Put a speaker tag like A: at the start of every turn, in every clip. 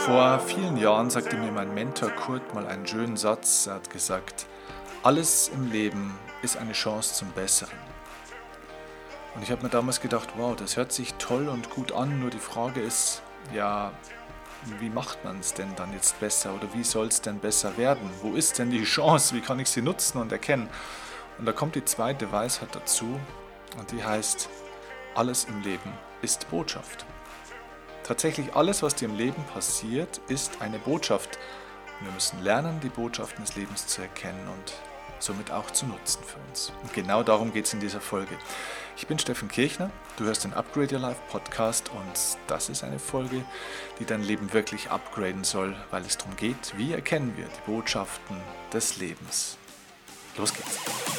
A: Vor vielen Jahren sagte mir mein Mentor Kurt mal einen schönen Satz. Er hat gesagt, alles im Leben ist eine Chance zum Besseren. Und ich habe mir damals gedacht, wow, das hört sich toll und gut an, nur die Frage ist, ja, wie macht man es denn dann jetzt besser oder wie soll es denn besser werden? Wo ist denn die Chance? Wie kann ich sie nutzen und erkennen? Und da kommt die zweite Weisheit dazu und die heißt, alles im Leben ist Botschaft. Tatsächlich alles, was dir im Leben passiert, ist eine Botschaft. Und wir müssen lernen, die Botschaften des Lebens zu erkennen und somit auch zu nutzen für uns. Und genau darum geht es in dieser Folge. Ich bin Steffen Kirchner, du hörst den Upgrade Your Life Podcast und das ist eine Folge, die dein Leben wirklich upgraden soll, weil es darum geht, wie erkennen wir die Botschaften des Lebens. Los geht's!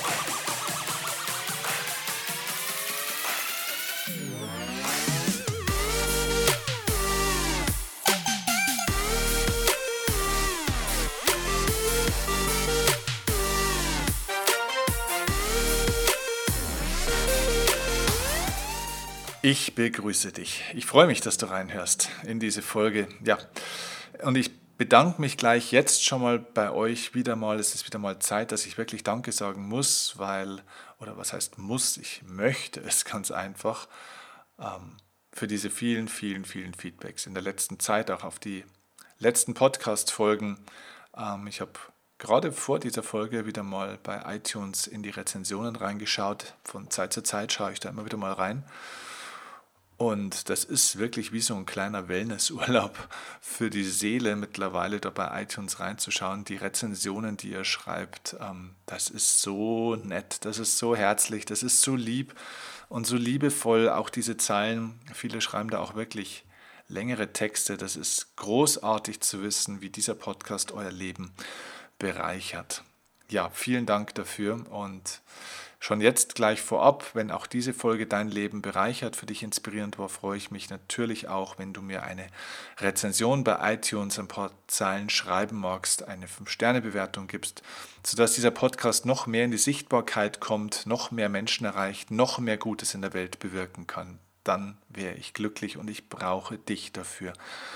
A: Ich begrüße dich. Ich freue mich, dass du reinhörst in diese Folge. Ja, und ich bedanke mich gleich jetzt schon mal bei euch wieder mal. Es ist wieder mal Zeit, dass ich wirklich Danke sagen muss, oder was heißt muss, ich möchte es ganz einfach, für diese vielen, vielen, vielen Feedbacks in der letzten Zeit, auch auf die letzten Podcast-Folgen. Ich habe gerade vor dieser Folge wieder mal bei iTunes in die Rezensionen reingeschaut. Von Zeit zu Zeit schaue ich da immer wieder mal rein. Und das ist wirklich wie so ein kleiner Wellnessurlaub für die Seele, mittlerweile da bei iTunes reinzuschauen. Die Rezensionen, die ihr schreibt, das ist so nett, das ist so herzlich, das ist so lieb und so liebevoll. Auch diese Zeilen, viele schreiben da auch wirklich längere Texte. Das ist großartig zu wissen, wie dieser Podcast euer Leben bereichert. Ja, vielen Dank dafür und schon jetzt gleich vorab, wenn auch diese Folge dein Leben bereichert, für dich inspirierend war, freue ich mich natürlich auch, wenn du mir eine Rezension bei iTunes, ein paar Zeilen schreiben magst, eine 5-Sterne-Bewertung gibst, sodass dieser Podcast noch mehr in die Sichtbarkeit kommt, noch mehr Menschen erreicht, noch mehr Gutes in der Welt bewirken kann. Dann wäre ich glücklich und ich brauche dich dafür.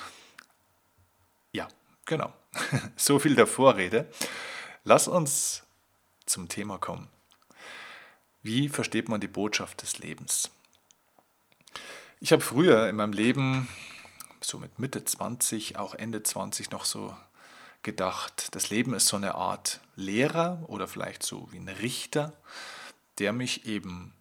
A: Ja, genau. So viel der Vorrede. Lass uns zum Thema kommen. Wie versteht man die Botschaft des Lebens? Ich habe früher in meinem Leben, so mit Mitte 20, auch Ende 20 noch so gedacht, das Leben ist so eine Art Lehrer oder vielleicht so wie ein Richter, der mich eben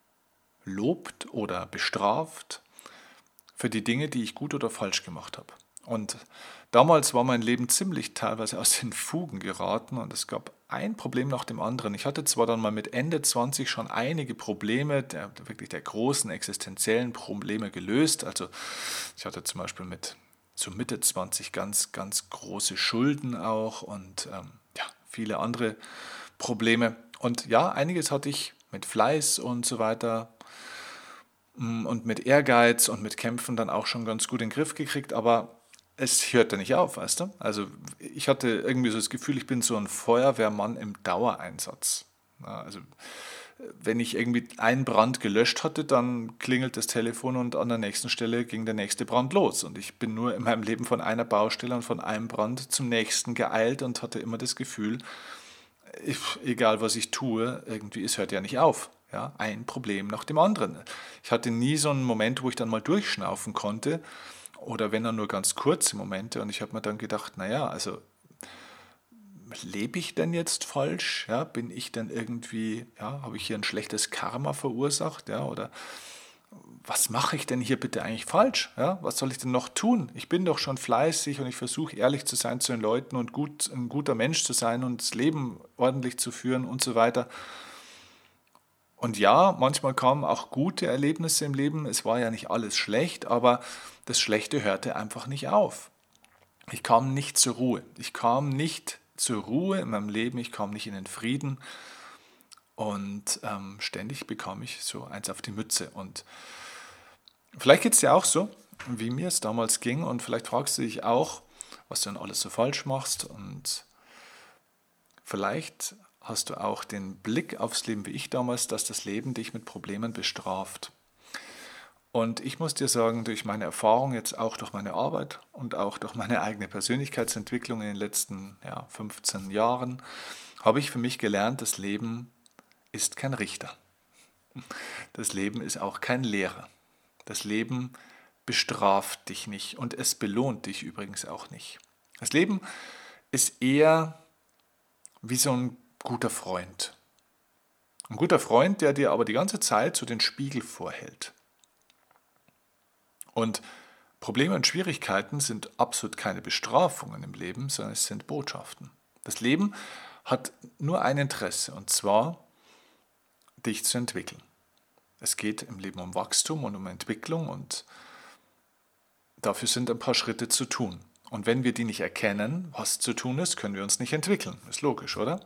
A: lobt oder bestraft für die Dinge, die ich gut oder falsch gemacht habe. Und damals war mein Leben ziemlich teilweise aus den Fugen geraten und es gab ein Problem nach dem anderen. Ich hatte zwar dann mal mit Ende 20 schon einige Probleme, wirklich der großen existenziellen Probleme gelöst. Also ich hatte zum Beispiel mit so Mitte 20 ganz, ganz große Schulden auch und viele andere Probleme. Und ja, einiges hatte ich mit Fleiß und so weiter und mit Ehrgeiz und mit Kämpfen dann auch schon ganz gut in den Griff gekriegt, aber es hört ja nicht auf, weißt du? Also ich hatte irgendwie so das Gefühl, ich bin so ein Feuerwehrmann im Dauereinsatz. Ja, also wenn ich irgendwie einen Brand gelöscht hatte, dann klingelt das Telefon und an der nächsten Stelle ging der nächste Brand los. Und ich bin nur in meinem Leben von einer Baustelle und von einem Brand zum nächsten geeilt und hatte immer das Gefühl, egal was ich tue, irgendwie es hört ja nicht auf. Ja, ein Problem nach dem anderen. Ich hatte nie so einen Moment, wo ich dann mal durchschnaufen konnte, oder wenn dann nur ganz kurze Momente. Und ich habe mir dann gedacht, naja, also lebe ich denn jetzt falsch? Ja, bin ich denn irgendwie, ja, habe ich hier ein schlechtes Karma verursacht? Ja, oder was mache ich denn hier bitte eigentlich falsch? Ja, was soll ich denn noch tun? Ich bin doch schon fleißig und ich versuche ehrlich zu sein zu den Leuten und ein guter Mensch zu sein und das Leben ordentlich zu führen und so weiter. Und ja, manchmal kamen auch gute Erlebnisse im Leben. Es war ja nicht alles schlecht, aber das Schlechte hörte einfach nicht auf. Ich kam nicht zur Ruhe. Ich kam nicht zur Ruhe in meinem Leben. Ich kam nicht in den Frieden. Und ständig bekam ich so eins auf die Mütze. Und vielleicht geht es dir auch so, wie mir es damals ging. Und vielleicht fragst du dich auch, was du denn alles so falsch machst. Und vielleicht hast du auch den Blick aufs Leben wie ich damals, dass das Leben dich mit Problemen bestraft. Und ich muss dir sagen, durch meine Erfahrung, jetzt auch durch meine Arbeit und auch durch meine eigene Persönlichkeitsentwicklung in den letzten 15 Jahren, habe ich für mich gelernt, das Leben ist kein Richter. Das Leben ist auch kein Lehrer. Das Leben bestraft dich nicht und es belohnt dich übrigens auch nicht. Das Leben ist eher wie so ein guter Freund. Ein guter Freund, der dir aber die ganze Zeit so den Spiegel vorhält. Und Probleme und Schwierigkeiten sind absolut keine Bestrafungen im Leben, sondern es sind Botschaften. Das Leben hat nur ein Interesse, und zwar, dich zu entwickeln. Es geht im Leben um Wachstum und um Entwicklung und dafür sind ein paar Schritte zu tun. Und wenn wir die nicht erkennen, was zu tun ist, können wir uns nicht entwickeln. Ist logisch, oder?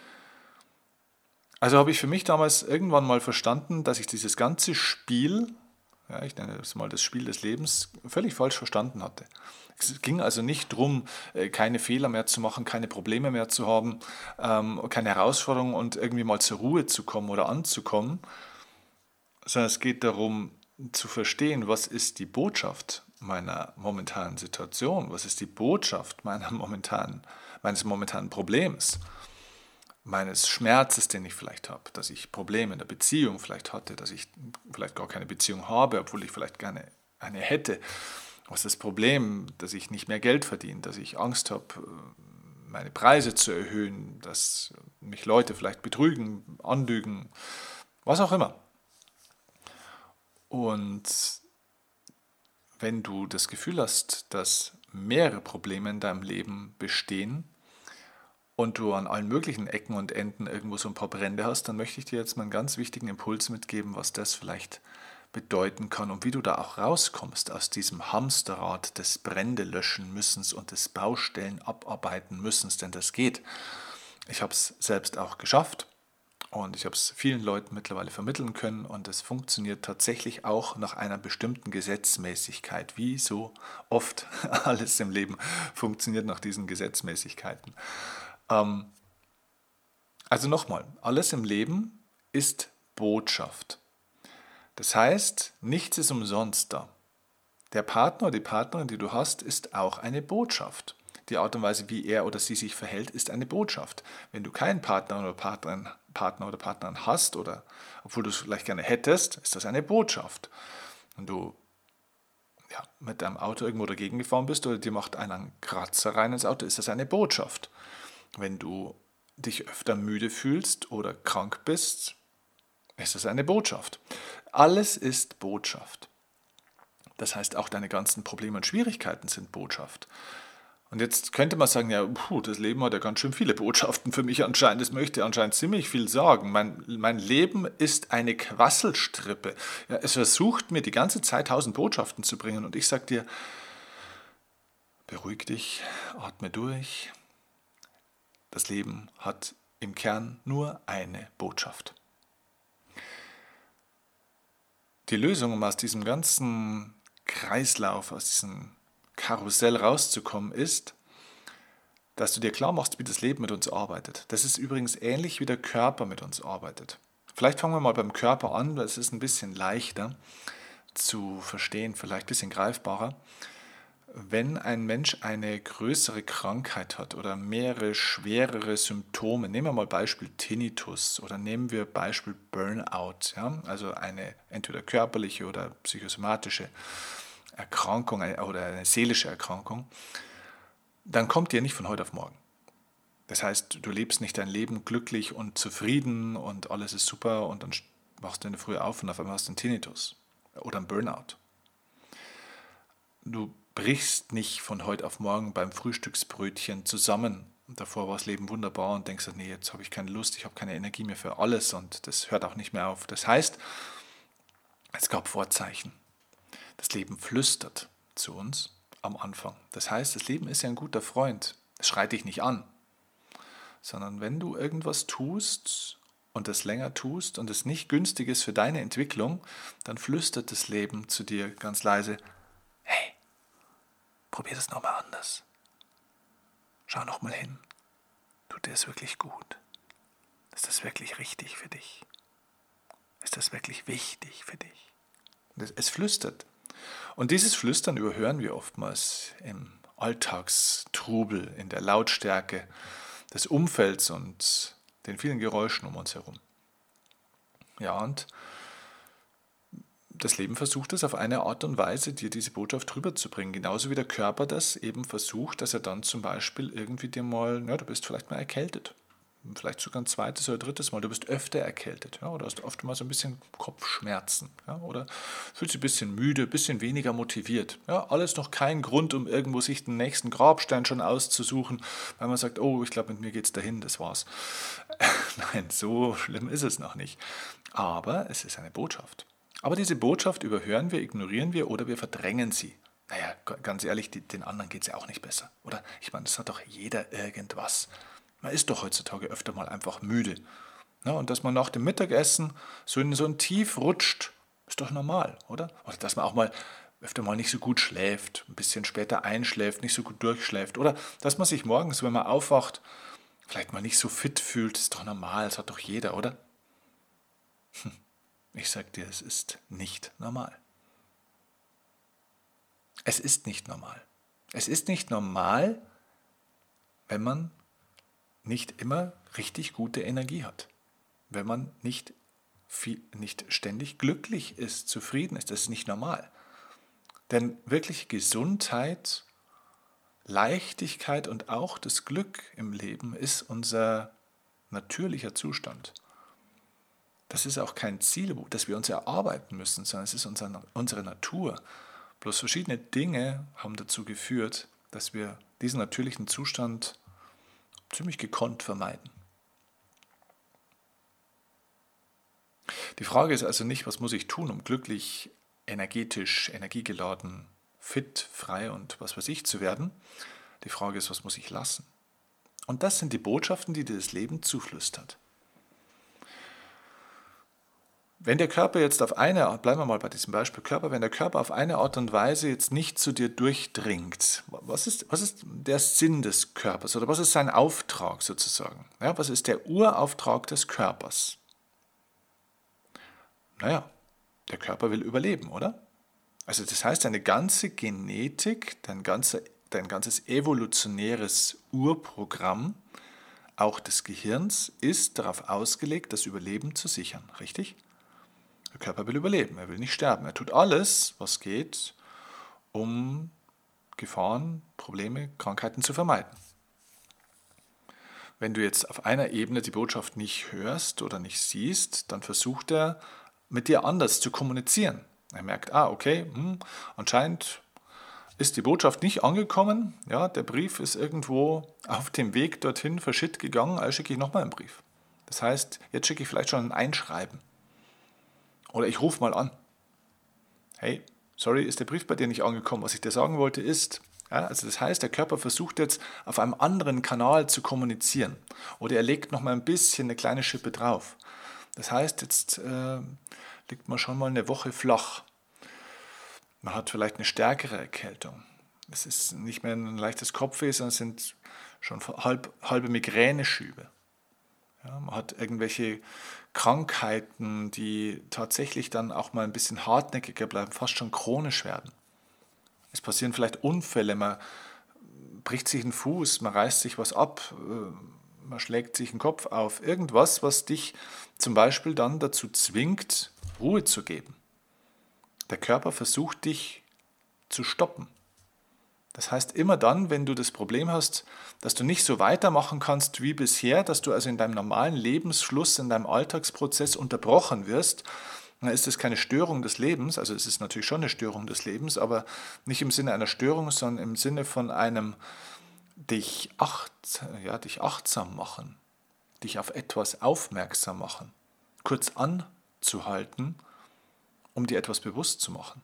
A: Also habe ich für mich damals irgendwann mal verstanden, dass ich dieses ganze Spiel, ich nenne das mal das Spiel des Lebens, völlig falsch verstanden hatte. Es ging also nicht darum, keine Fehler mehr zu machen, keine Probleme mehr zu haben, keine Herausforderungen und irgendwie mal zur Ruhe zu kommen oder anzukommen, sondern es geht darum zu verstehen, was ist die Botschaft meiner momentanen Situation, was ist die Botschaft meines momentanen Problems, meines Schmerzes, den ich vielleicht habe, dass ich Probleme in der Beziehung vielleicht hatte, dass ich vielleicht gar keine Beziehung habe, obwohl ich vielleicht gerne eine hätte. Was ist das Problem, dass ich nicht mehr Geld verdiene, dass ich Angst habe, meine Preise zu erhöhen, dass mich Leute vielleicht betrügen, anlügen, was auch immer. Und wenn du das Gefühl hast, dass mehrere Probleme in deinem Leben bestehen und du an allen möglichen Ecken und Enden irgendwo so ein paar Brände hast, dann möchte ich dir jetzt mal einen ganz wichtigen Impuls mitgeben, was das vielleicht bedeuten kann und wie du da auch rauskommst aus diesem Hamsterrad des Brände löschen müssens und des Baustellen abarbeiten müssens, denn das geht. Ich habe es selbst auch geschafft. Und ich habe es vielen Leuten mittlerweile vermitteln können und es funktioniert tatsächlich auch nach einer bestimmten Gesetzmäßigkeit. Wie so oft alles im Leben funktioniert nach diesen Gesetzmäßigkeiten. Also nochmal, alles im Leben ist Botschaft. Das heißt, nichts ist umsonst da. Der Partner oder die Partnerin, die du hast, ist auch eine Botschaft. Die Art und Weise, wie er oder sie sich verhält, ist eine Botschaft. Wenn du keinen Partner oder Partnerin hast, oder obwohl du es vielleicht gerne hättest, ist das eine Botschaft. Wenn du mit deinem Auto irgendwo dagegen gefahren bist oder dir macht einer einen Kratzer rein ins Auto, ist das eine Botschaft. Wenn du dich öfter müde fühlst oder krank bist, ist das eine Botschaft. Alles ist Botschaft. Das heißt, auch deine ganzen Probleme und Schwierigkeiten sind Botschaft. Und jetzt könnte man sagen, ja, das Leben hat ja ganz schön viele Botschaften für mich anscheinend. Das möchte anscheinend ziemlich viel sagen. Mein Leben ist eine Quasselstrippe. Ja, es versucht mir die ganze Zeit 1000 Botschaften zu bringen. Und ich sage dir, beruhig dich, atme durch. Das Leben hat im Kern nur eine Botschaft. Die Lösung, um aus diesem ganzen Kreislauf, aus diesem Karussell rauszukommen, ist, dass du dir klar machst, wie das Leben mit uns arbeitet. Das ist übrigens ähnlich, wie der Körper mit uns arbeitet. Vielleicht fangen wir mal beim Körper an, weil es ist ein bisschen leichter zu verstehen, vielleicht ein bisschen greifbarer. Wenn ein Mensch eine größere Krankheit hat oder mehrere schwerere Symptome, nehmen wir mal Beispiel Tinnitus oder nehmen wir Beispiel Burnout, also eine entweder körperliche oder psychosomatische Erkrankung oder eine seelische Erkrankung, dann kommt die ja nicht von heute auf morgen. Das heißt, du lebst nicht dein Leben glücklich und zufrieden und alles ist super und dann wachst du in der Früh auf und auf einmal hast du einen Tinnitus oder einen Burnout. Du brichst nicht von heute auf morgen beim Frühstücksbrötchen zusammen. Und davor war das Leben wunderbar und denkst, nee, jetzt habe ich keine Lust, ich habe keine Energie mehr für alles und das hört auch nicht mehr auf. Das heißt, es gab Vorzeichen. Das Leben flüstert zu uns am Anfang. Das heißt, das Leben ist ja ein guter Freund. Es schreit dich nicht an, sondern wenn du irgendwas tust und es länger tust und es nicht günstig ist für deine Entwicklung, dann flüstert das Leben zu dir ganz leise, hey, probier das nochmal anders. Schau nochmal hin. Tut dir es wirklich gut? Ist das wirklich richtig für dich? Ist das wirklich wichtig für dich? Es flüstert. Und dieses Flüstern überhören wir oftmals im Alltagstrubel, in der Lautstärke des Umfelds und den vielen Geräuschen um uns herum. Ja, und das Leben versucht es auf eine Art und Weise, dir diese Botschaft rüberzubringen. Genauso wie der Körper das eben versucht, dass er dann zum Beispiel irgendwie dir mal, ja, du bist vielleicht mal erkältet. Vielleicht sogar ein zweites oder drittes Mal. Du bist öfter erkältet, ja, oder hast oft mal so ein bisschen Kopfschmerzen, ja, oder fühlst dich ein bisschen müde, ein bisschen weniger motiviert. Ja, alles noch kein Grund, um irgendwo sich den nächsten Grabstein schon auszusuchen, weil man sagt, oh, ich glaube, mit mir geht's dahin, das war's. Nein, so schlimm ist es noch nicht. Aber es ist eine Botschaft. Aber diese Botschaft überhören wir, ignorieren wir oder wir verdrängen sie. Naja, ganz ehrlich, den anderen geht es ja auch nicht besser, oder? Ich meine, das hat doch jeder irgendwas. Man ist doch heutzutage öfter mal einfach müde. Ja, und dass man nach dem Mittagessen so in so ein Tief rutscht, ist doch normal, oder? Oder dass man auch mal öfter mal nicht so gut schläft, ein bisschen später einschläft, nicht so gut durchschläft. Oder dass man sich morgens, wenn man aufwacht, vielleicht mal nicht so fit fühlt, ist doch normal, das hat doch jeder, oder? Ich sag dir, es ist nicht normal. Es ist nicht normal. Es ist nicht normal, wenn man nicht immer richtig gute Energie hat. Wenn man nicht ständig glücklich ist, zufrieden ist. Das ist nicht normal. Denn wirkliche Gesundheit, Leichtigkeit und auch das Glück im Leben ist unser natürlicher Zustand. Das ist auch kein Ziel, das wir uns erarbeiten müssen, sondern es ist unsere Natur. Bloß verschiedene Dinge haben dazu geführt, dass wir diesen natürlichen Zustand ziemlich gekonnt vermeiden. Die Frage ist also nicht, was muss ich tun, um glücklich, energetisch, energiegeladen, fit, frei und was weiß ich zu werden. Die Frage ist, was muss ich lassen? Und das sind die Botschaften, die dir das Leben zuflüstert. Wenn der Körper jetzt bleiben wir mal bei diesem Beispiel Körper, wenn der Körper auf eine Art und Weise jetzt nicht zu dir durchdringt, was ist der Sinn des Körpers oder was ist sein Auftrag sozusagen? Ja, was ist der Urauftrag des Körpers? Naja, der Körper will überleben, oder? Also das heißt, deine ganze Genetik, dein ganzes evolutionäres Urprogramm, auch des Gehirns, ist darauf ausgelegt, das Überleben zu sichern, richtig? Der Körper will überleben, er will nicht sterben. Er tut alles, was geht, um Gefahren, Probleme, Krankheiten zu vermeiden. Wenn du jetzt auf einer Ebene die Botschaft nicht hörst oder nicht siehst, dann versucht er, mit dir anders zu kommunizieren. Er merkt, okay, anscheinend ist die Botschaft nicht angekommen, ja, der Brief ist irgendwo auf dem Weg dorthin verschütt gegangen, also schicke ich nochmal einen Brief. Das heißt, jetzt schicke ich vielleicht schon ein Einschreiben. Oder ich rufe mal an. Hey, sorry, ist der Brief bei dir nicht angekommen? Was ich dir sagen wollte ist, ja, also das heißt, der Körper versucht jetzt auf einem anderen Kanal zu kommunizieren. Oder er legt nochmal ein bisschen eine kleine Schippe drauf. Das heißt, jetzt liegt man schon mal eine Woche flach. Man hat vielleicht eine stärkere Erkältung. Es ist nicht mehr ein leichtes Kopfweh, sondern es sind schon halbe Migräneschübe. Ja, man hat irgendwelche Krankheiten, die tatsächlich dann auch mal ein bisschen hartnäckiger bleiben, fast schon chronisch werden. Es passieren vielleicht Unfälle, man bricht sich einen Fuß, man reißt sich was ab, man schlägt sich den Kopf auf. Irgendwas, was dich zum Beispiel dann dazu zwingt, Ruhe zu geben. Der Körper versucht dich zu stoppen. Das heißt, immer dann, wenn du das Problem hast, dass du nicht so weitermachen kannst wie bisher, dass du also in deinem normalen Lebensfluss, in deinem Alltagsprozess unterbrochen wirst, dann ist das keine Störung des Lebens, also es ist natürlich schon eine Störung des Lebens, aber nicht im Sinne einer Störung, sondern im Sinne von einem dich achtsam machen, dich auf etwas aufmerksam machen, kurz anzuhalten, um dir etwas bewusst zu machen.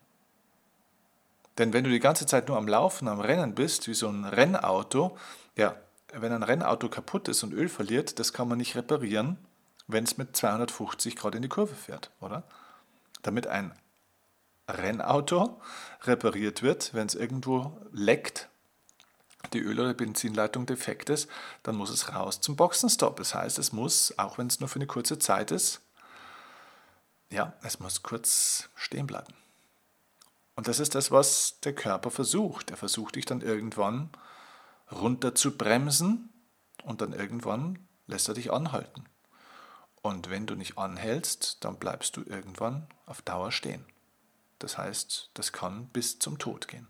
A: Denn wenn du die ganze Zeit nur am Laufen, am Rennen bist, wie so ein Rennauto, ja, wenn ein Rennauto kaputt ist und Öl verliert, das kann man nicht reparieren, wenn es mit 250 Grad in die Kurve fährt, oder? Damit ein Rennauto repariert wird, wenn es irgendwo leckt, die Öl- oder Benzinleitung defekt ist, dann muss es raus zum Boxenstopp. Das heißt, es muss, auch wenn es nur für eine kurze Zeit ist, ja, es muss kurz stehen bleiben. Und das ist das, was der Körper versucht. Er versucht dich dann irgendwann runter zu bremsen und dann irgendwann lässt er dich anhalten. Und wenn du nicht anhältst, dann bleibst du irgendwann auf Dauer stehen. Das heißt, das kann bis zum Tod gehen.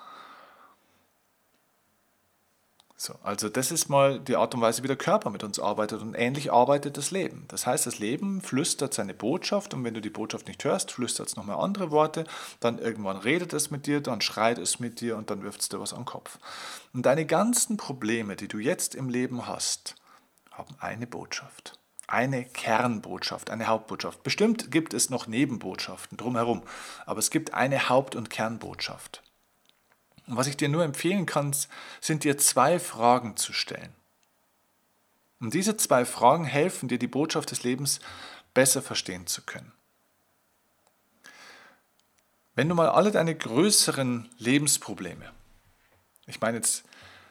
A: So, also das ist mal die Art und Weise, wie der Körper mit uns arbeitet, und ähnlich arbeitet das Leben. Das heißt, das Leben flüstert seine Botschaft, und wenn du die Botschaft nicht hörst, flüstert es nochmal andere Worte, dann irgendwann redet es mit dir, dann schreit es mit dir und dann wirft es dir was an den Kopf. Und deine ganzen Probleme, die du jetzt im Leben hast, haben eine Botschaft. Eine Kernbotschaft, eine Hauptbotschaft. Bestimmt gibt es noch Nebenbotschaften drumherum, aber es gibt eine Haupt- und Kernbotschaft. Und was ich dir nur empfehlen kann, sind dir 2 Fragen zu stellen. Und diese 2 Fragen helfen dir, die Botschaft des Lebens besser verstehen zu können. Wenn du mal alle deine größeren Lebensprobleme, ich meine jetzt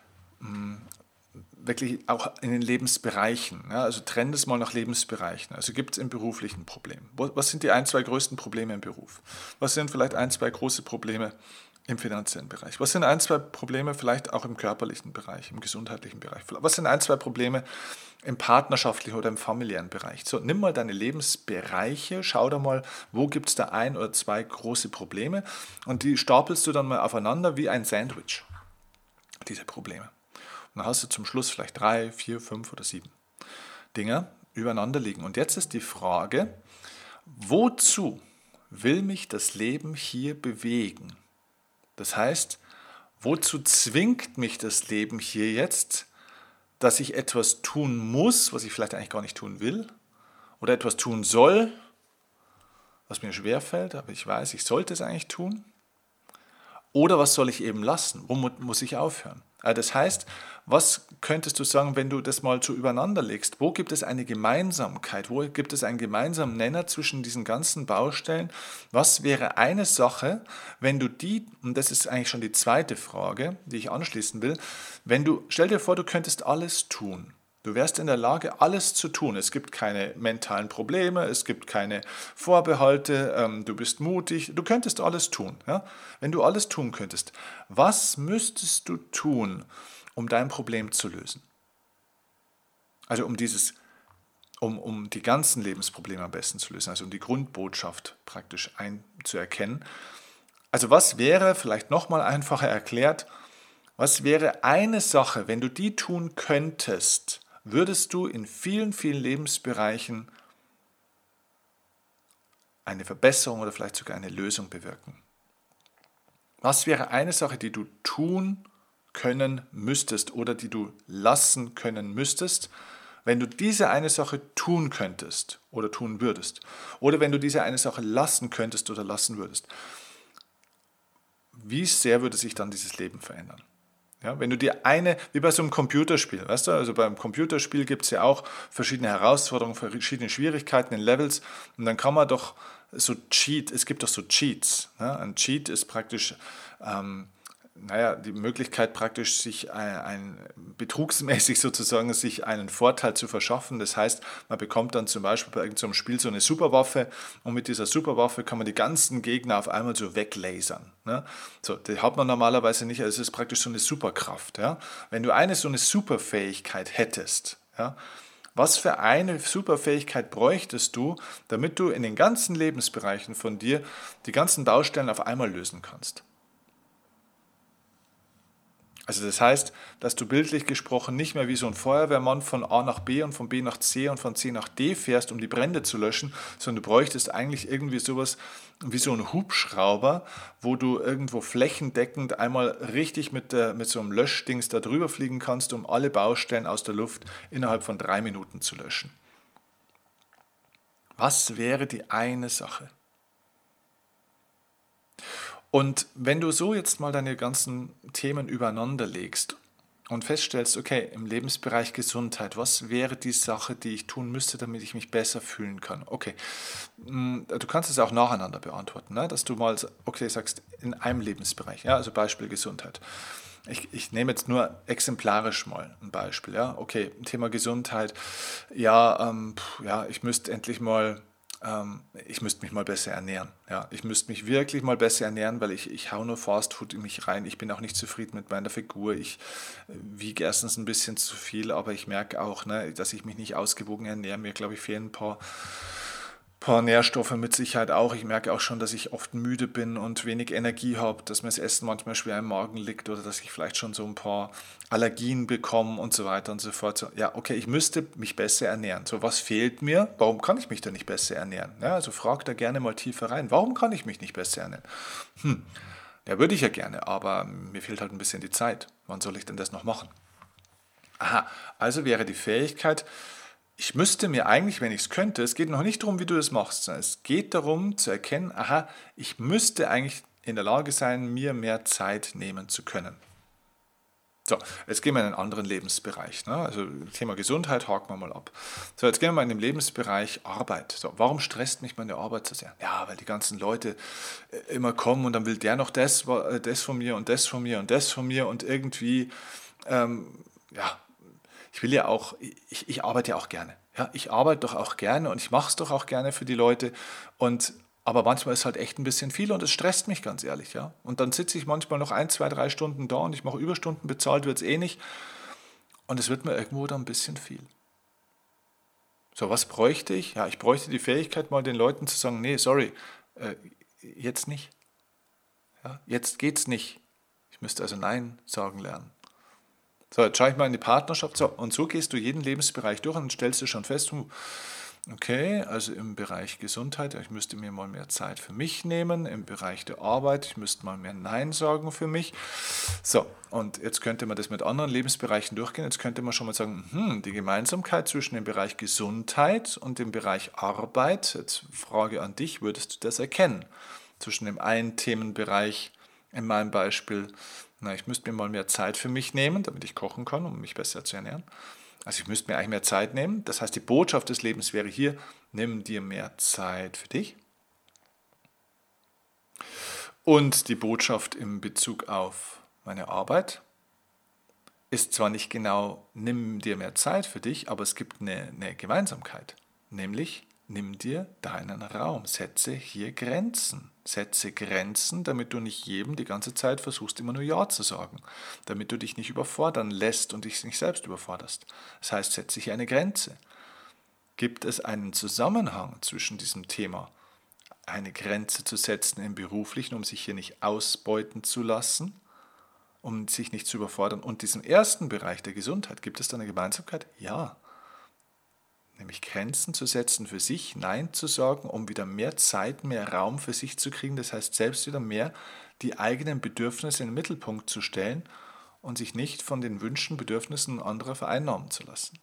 A: wirklich auch in den Lebensbereichen, ja, also trenn das mal nach Lebensbereichen, also gibt es im beruflichen Problem. Was sind die 1, 2 größten Probleme im Beruf? Was sind vielleicht 1, 2 große Probleme im finanziellen Bereich? Was sind 1, 2 Probleme vielleicht auch im körperlichen Bereich, im gesundheitlichen Bereich? Was sind 1, 2 Probleme im partnerschaftlichen oder im familiären Bereich? So, nimm mal deine Lebensbereiche, schau da mal, wo gibt es da 1 oder 2 große Probleme, und die stapelst du dann mal aufeinander wie ein Sandwich, diese Probleme. Und dann hast du zum Schluss vielleicht 3, 4, 5 oder 7 Dinge übereinander liegen. Und jetzt ist die Frage, wozu will mich das Leben hier bewegen? Das heißt, wozu zwingt mich das Leben hier jetzt, dass ich etwas tun muss, was ich vielleicht eigentlich gar nicht tun will, oder etwas tun soll, was mir schwerfällt, aber ich weiß, ich sollte es eigentlich tun? Oder was soll ich eben lassen? Wo muss ich aufhören? Das heißt, was könntest du sagen, wenn du das mal so übereinander legst? Wo gibt es eine Gemeinsamkeit? Wo gibt es einen gemeinsamen Nenner zwischen diesen ganzen Baustellen? Was wäre eine Sache, wenn du die, und das ist eigentlich schon die zweite Frage, die ich anschließen will, stell dir vor, du könntest alles tun. Du wärst in der Lage, alles zu tun. Es gibt keine mentalen Probleme, es gibt keine Vorbehalte, du bist mutig, du könntest alles tun. Ja? Wenn du alles tun könntest, was müsstest du tun, um dein Problem zu lösen? Also um die ganzen Lebensprobleme am besten zu lösen, also um die Grundbotschaft praktisch einzuerkennen. Also was wäre, vielleicht nochmal einfacher erklärt, was wäre eine Sache, wenn du die tun könntest, würdest du in vielen, vielen Lebensbereichen eine Verbesserung oder vielleicht sogar eine Lösung bewirken? Was wäre eine Sache, die du tun können müsstest oder die du lassen können müsstest, wenn du diese eine Sache tun könntest oder tun würdest? Oder wenn du diese eine Sache lassen könntest oder lassen würdest? Wie sehr würde sich dann dieses Leben verändern? Ja, wenn du dir wie bei so einem Computerspiel, weißt du, also beim Computerspiel gibt es ja auch verschiedene Herausforderungen, verschiedene Schwierigkeiten in Levels, und dann kann man doch es gibt doch so Cheats. Ne? Ein Cheat ist praktisch die Möglichkeit praktisch, sich betrugsmäßig sozusagen sich einen Vorteil zu verschaffen. Das heißt, man bekommt dann zum Beispiel bei irgendeinem Spiel so eine Superwaffe, und mit dieser Superwaffe kann man die ganzen Gegner auf einmal so weglasern. Ne? So, die hat man normalerweise nicht, also es ist praktisch so eine Superkraft. Ja? Wenn du so eine Superfähigkeit hättest, ja, was für eine Superfähigkeit bräuchtest du, damit du in den ganzen Lebensbereichen von dir die ganzen Baustellen auf einmal lösen kannst? Also das heißt, dass du bildlich gesprochen nicht mehr wie so ein Feuerwehrmann von A nach B und von B nach C und von C nach D fährst, um die Brände zu löschen, sondern du bräuchtest eigentlich irgendwie sowas wie so ein Hubschrauber, wo du irgendwo flächendeckend einmal richtig mit so einem Löschdings da drüber fliegen kannst, um alle Baustellen aus der Luft innerhalb von 3 Minuten zu löschen. Was wäre die eine Sache? Und wenn du so jetzt mal deine ganzen Themen übereinander legst und feststellst, okay, im Lebensbereich Gesundheit, was wäre die Sache, die ich tun müsste, damit ich mich besser fühlen kann? Okay, du kannst es auch nacheinander beantworten, ne? Dass du mal sagst, in einem Lebensbereich, ja, also Beispiel Gesundheit. Ich nehme jetzt nur exemplarisch mal ein Beispiel. Ja? Okay, Thema Gesundheit. Ja, ich müsste endlich mal ich müsste mich mal besser ernähren. Ja, ich müsste mich wirklich mal besser ernähren, weil ich hau nur Fastfood in mich rein. Ich bin auch nicht zufrieden mit meiner Figur. Ich wiege erstens ein bisschen zu viel, aber ich merke auch, ne, dass ich mich nicht ausgewogen ernähre. Mir, glaube ich, fehlen ein paar Nährstoffe mit Sicherheit auch. Ich merke auch schon, dass ich oft müde bin und wenig Energie habe, dass mir das Essen manchmal schwer im Magen liegt oder dass ich vielleicht schon so ein paar Allergien bekomme und so weiter und so fort. So, ja, okay, ich müsste mich besser ernähren. So, was fehlt mir? Warum kann ich mich denn nicht besser ernähren? Ja, also frag da gerne mal tiefer rein. Warum kann ich mich nicht besser ernähren? Ja, würde ich ja gerne, aber mir fehlt halt ein bisschen die Zeit. Wann soll ich denn das noch machen? Aha, also wäre die Fähigkeit, ich müsste mir eigentlich, wenn ich es könnte, es geht noch nicht darum, wie du das machst, sondern es geht darum zu erkennen, aha, ich müsste eigentlich in der Lage sein, mir mehr Zeit nehmen zu können. So, jetzt gehen wir in einen anderen Lebensbereich. Ne? Also Thema Gesundheit haken wir mal ab. So, jetzt gehen wir mal in den Lebensbereich Arbeit. So, warum stresst mich meine Arbeit so sehr? Ja, weil die ganzen Leute immer kommen und dann will der noch das von mir und das von mir und das von mir und irgendwie, ja, ich will ja auch, ich arbeite ja auch gerne. Ja, ich arbeite doch auch gerne und ich mache es doch auch gerne für die Leute. Aber manchmal ist halt echt ein bisschen viel und es stresst mich ganz ehrlich. Ja. Und dann sitze ich manchmal noch 1, 2, 3 Stunden da und ich mache Überstunden, bezahlt wird es eh nicht. Und es wird mir irgendwo dann ein bisschen viel. So, was bräuchte ich? Ja, ich bräuchte die Fähigkeit, mal den Leuten zu sagen, nee, sorry, äh, jetzt nicht. Ja, jetzt geht's nicht. Ich müsste also Nein sagen lernen. So, jetzt schaue ich mal in die Partnerschaft. So, und so gehst du jeden Lebensbereich durch und stellst du schon fest, okay, also im Bereich Gesundheit, ich müsste mir mal mehr Zeit für mich nehmen. Im Bereich der Arbeit, ich müsste mal mehr Nein sagen für mich. So, und jetzt könnte man das mit anderen Lebensbereichen durchgehen. Jetzt könnte man schon mal sagen, die Gemeinsamkeit zwischen dem Bereich Gesundheit und dem Bereich Arbeit, jetzt Frage an dich, würdest du das erkennen? Zwischen dem einen Themenbereich, in meinem Beispiel, ich müsste mir mal mehr Zeit für mich nehmen, damit ich kochen kann, um mich besser zu ernähren. Also ich müsste mir eigentlich mehr Zeit nehmen. Das heißt, die Botschaft des Lebens wäre hier, nimm dir mehr Zeit für dich. Und die Botschaft in Bezug auf meine Arbeit ist zwar nicht genau, nimm dir mehr Zeit für dich, aber es gibt eine Gemeinsamkeit, nämlich nimm dir deinen Raum, setze hier Grenzen. Setze Grenzen, damit du nicht jedem die ganze Zeit versuchst, immer nur Ja zu sagen, damit du dich nicht überfordern lässt und dich nicht selbst überforderst. Das heißt, setze hier eine Grenze. Gibt es einen Zusammenhang zwischen diesem Thema, eine Grenze zu setzen im Beruflichen, um sich hier nicht ausbeuten zu lassen, um sich nicht zu überfordern, und diesem ersten Bereich der Gesundheit? Gibt es da eine Gemeinsamkeit? Ja. Nämlich Grenzen zu setzen für sich, Nein zu sagen, um wieder mehr Zeit, mehr Raum für sich zu kriegen. Das heißt, selbst wieder mehr die eigenen Bedürfnisse in den Mittelpunkt zu stellen und sich nicht von den Wünschen, Bedürfnissen anderer vereinnahmen zu lassen.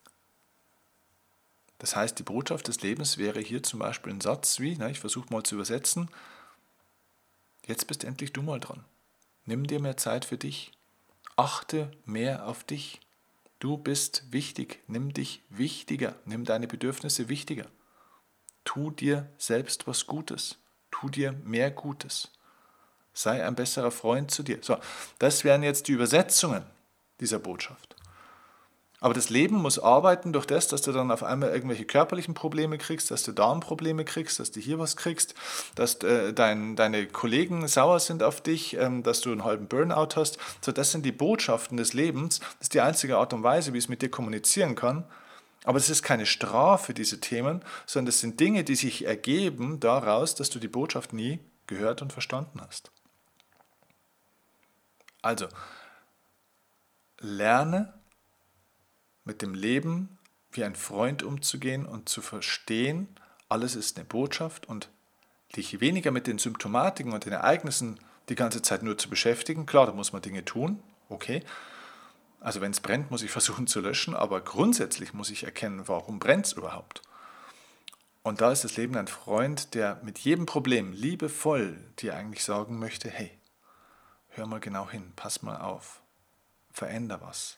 A: Das heißt, die Botschaft des Lebens wäre hier zum Beispiel ein Satz wie, ich versuche mal zu übersetzen, jetzt bist endlich du mal dran. Nimm dir mehr Zeit für dich. Achte mehr auf dich. Du bist wichtig, nimm dich wichtiger, nimm deine Bedürfnisse wichtiger. Tu dir selbst was Gutes, tu dir mehr Gutes. Sei ein besserer Freund zu dir. So, das wären jetzt die Übersetzungen dieser Botschaft. Aber das Leben muss arbeiten durch das, dass du dann auf einmal irgendwelche körperlichen Probleme kriegst, dass du Darmprobleme kriegst, dass du hier was kriegst, dass deine Kollegen sauer sind auf dich, dass du einen halben Burnout hast. So, das sind die Botschaften des Lebens. Das ist die einzige Art und Weise, wie es mit dir kommunizieren kann. Aber es ist keine Strafe, diese Themen, sondern das sind Dinge, die sich ergeben daraus, dass du die Botschaft nie gehört und verstanden hast. Also, lerne mit dem Leben wie ein Freund umzugehen und zu verstehen, alles ist eine Botschaft, und dich weniger mit den Symptomatiken und den Ereignissen die ganze Zeit nur zu beschäftigen. Klar, da muss man Dinge tun, okay. Also wenn es brennt, muss ich versuchen zu löschen, aber grundsätzlich muss ich erkennen, warum brennt es überhaupt. Und da ist das Leben ein Freund, der mit jedem Problem liebevoll dir eigentlich sagen möchte, hey, hör mal genau hin, pass mal auf, veränder was.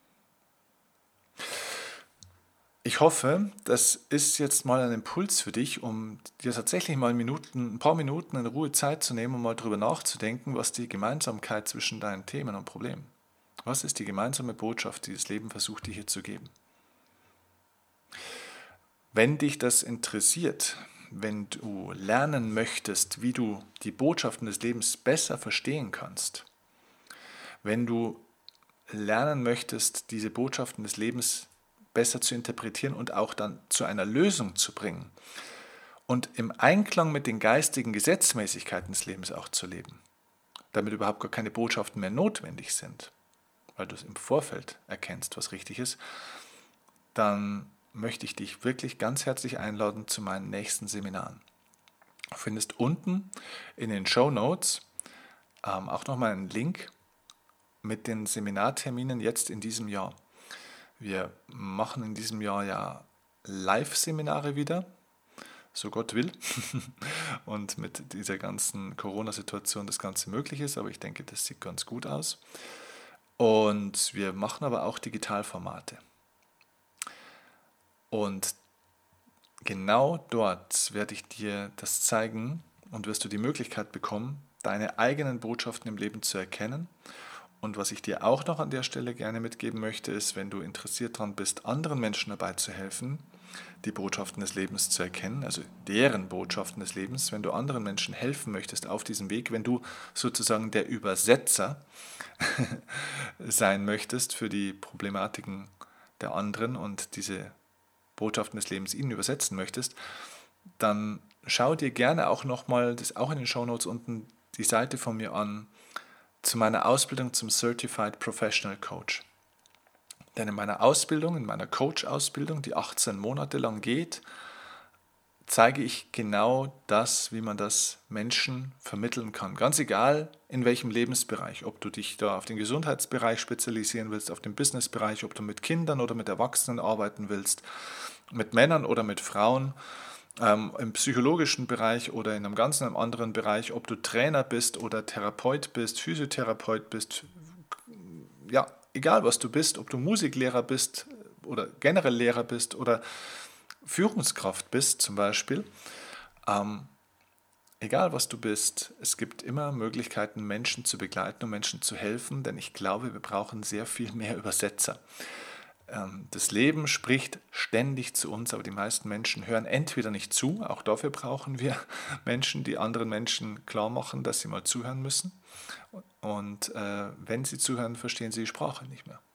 A: Ich hoffe, das ist jetzt mal ein Impuls für dich, um dir tatsächlich mal ein paar Minuten in Ruhe Zeit zu nehmen, um mal darüber nachzudenken, was die Gemeinsamkeit zwischen deinen Themen und Problemen ist. Was ist die gemeinsame Botschaft, die das Leben versucht, dir hier zu geben? Wenn dich das interessiert, wenn du lernen möchtest, wie du die Botschaften des Lebens besser verstehen kannst, wenn du lernen möchtest, diese Botschaften des Lebens besser zu interpretieren und auch dann zu einer Lösung zu bringen und im Einklang mit den geistigen Gesetzmäßigkeiten des Lebens auch zu leben, damit überhaupt gar keine Botschaften mehr notwendig sind, weil du es im Vorfeld erkennst, was richtig ist, dann möchte ich dich wirklich ganz herzlich einladen zu meinen nächsten Seminaren. Du findest unten in den Shownotes auch nochmal einen Link mit den Seminarterminen jetzt in diesem Jahr. Wir machen in diesem Jahr ja Live-Seminare wieder, so Gott will, und mit dieser ganzen Corona-Situation das Ganze möglich ist, aber ich denke, das sieht ganz gut aus. Und wir machen aber auch Digitalformate. Und genau dort werde ich dir das zeigen und wirst du die Möglichkeit bekommen, deine eigenen Botschaften im Leben zu erkennen. Und was ich dir auch noch an der Stelle gerne mitgeben möchte, ist, wenn du interessiert daran bist, anderen Menschen dabei zu helfen, die Botschaften des Lebens zu erkennen, also deren Botschaften des Lebens, wenn du anderen Menschen helfen möchtest auf diesem Weg, wenn du sozusagen der Übersetzer sein möchtest für die Problematiken der anderen und diese Botschaften des Lebens ihnen übersetzen möchtest, dann schau dir gerne auch nochmal, das ist auch in den Shownotes unten, die Seite von mir an, zu meiner Ausbildung zum Certified Professional Coach. Denn in meiner Ausbildung, in meiner Coach-Ausbildung, die 18 Monate lang geht, zeige ich genau das, wie man das Menschen vermitteln kann. Ganz egal, in welchem Lebensbereich. Ob du dich da auf den Gesundheitsbereich spezialisieren willst, auf den Businessbereich, ob du mit Kindern oder mit Erwachsenen arbeiten willst, mit Männern oder mit Frauen, im psychologischen Bereich oder in einem ganz anderen Bereich, ob du Trainer bist oder Therapeut bist, Physiotherapeut bist, ja, egal was du bist, ob du Musiklehrer bist oder generell Lehrer bist oder Führungskraft bist zum Beispiel, egal was du bist, es gibt immer Möglichkeiten, Menschen zu begleiten und Menschen zu helfen, denn ich glaube, wir brauchen sehr viel mehr Übersetzer. Das Leben spricht ständig zu uns, aber die meisten Menschen hören entweder nicht zu, auch dafür brauchen wir Menschen, die anderen Menschen klar machen, dass sie mal zuhören müssen. Und wenn sie zuhören, verstehen sie die Sprache nicht mehr.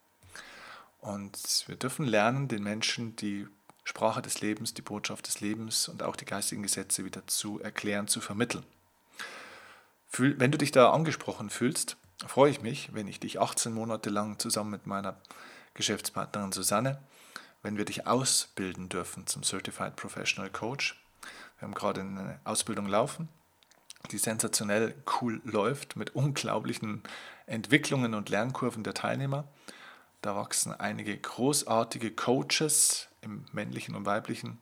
A: Und wir dürfen lernen, den Menschen die Sprache des Lebens, die Botschaft des Lebens und auch die geistigen Gesetze wieder zu erklären, zu vermitteln. Wenn du dich da angesprochen fühlst, freue ich mich, wenn ich dich 18 Monate lang zusammen mit meiner Geschäftspartnerin Susanne, wenn wir dich ausbilden dürfen zum Certified Professional Coach. Wir haben gerade eine Ausbildung laufen, die sensationell cool läuft mit unglaublichen Entwicklungen und Lernkurven der Teilnehmer. Da wachsen einige großartige Coaches im männlichen und weiblichen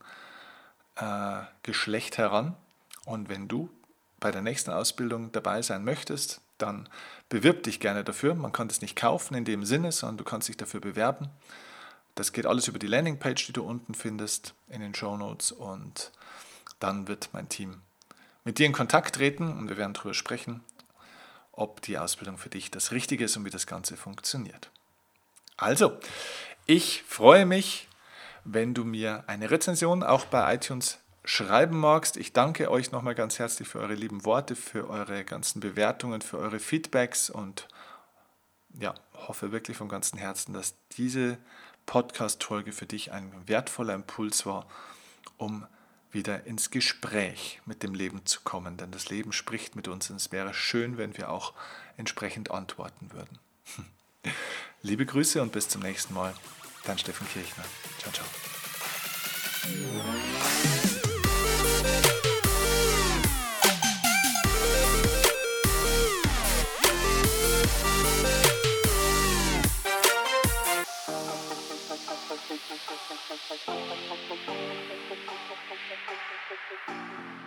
A: Geschlecht heran. Und wenn du bei der nächsten Ausbildung dabei sein möchtest, dann bewirb dich gerne dafür. Man kann das nicht kaufen in dem Sinne, sondern du kannst dich dafür bewerben. Das geht alles über die Landingpage, die du unten findest in den Shownotes, und dann wird mein Team mit dir in Kontakt treten und wir werden darüber sprechen, ob die Ausbildung für dich das Richtige ist und wie das Ganze funktioniert. Also, ich freue mich, wenn du mir eine Rezension auch bei iTunes schreiben magst. Ich danke euch nochmal ganz herzlich für eure lieben Worte, für eure ganzen Bewertungen, für eure Feedbacks und ja, hoffe wirklich vom ganzen Herzen, dass diese Podcast-Folge für dich ein wertvoller Impuls war, um wieder ins Gespräch mit dem Leben zu kommen. Denn das Leben spricht mit uns und es wäre schön, wenn wir auch entsprechend antworten würden. Liebe Grüße und bis zum nächsten Mal. Dein Steffen Kirchner. Ciao, ciao. Thank you.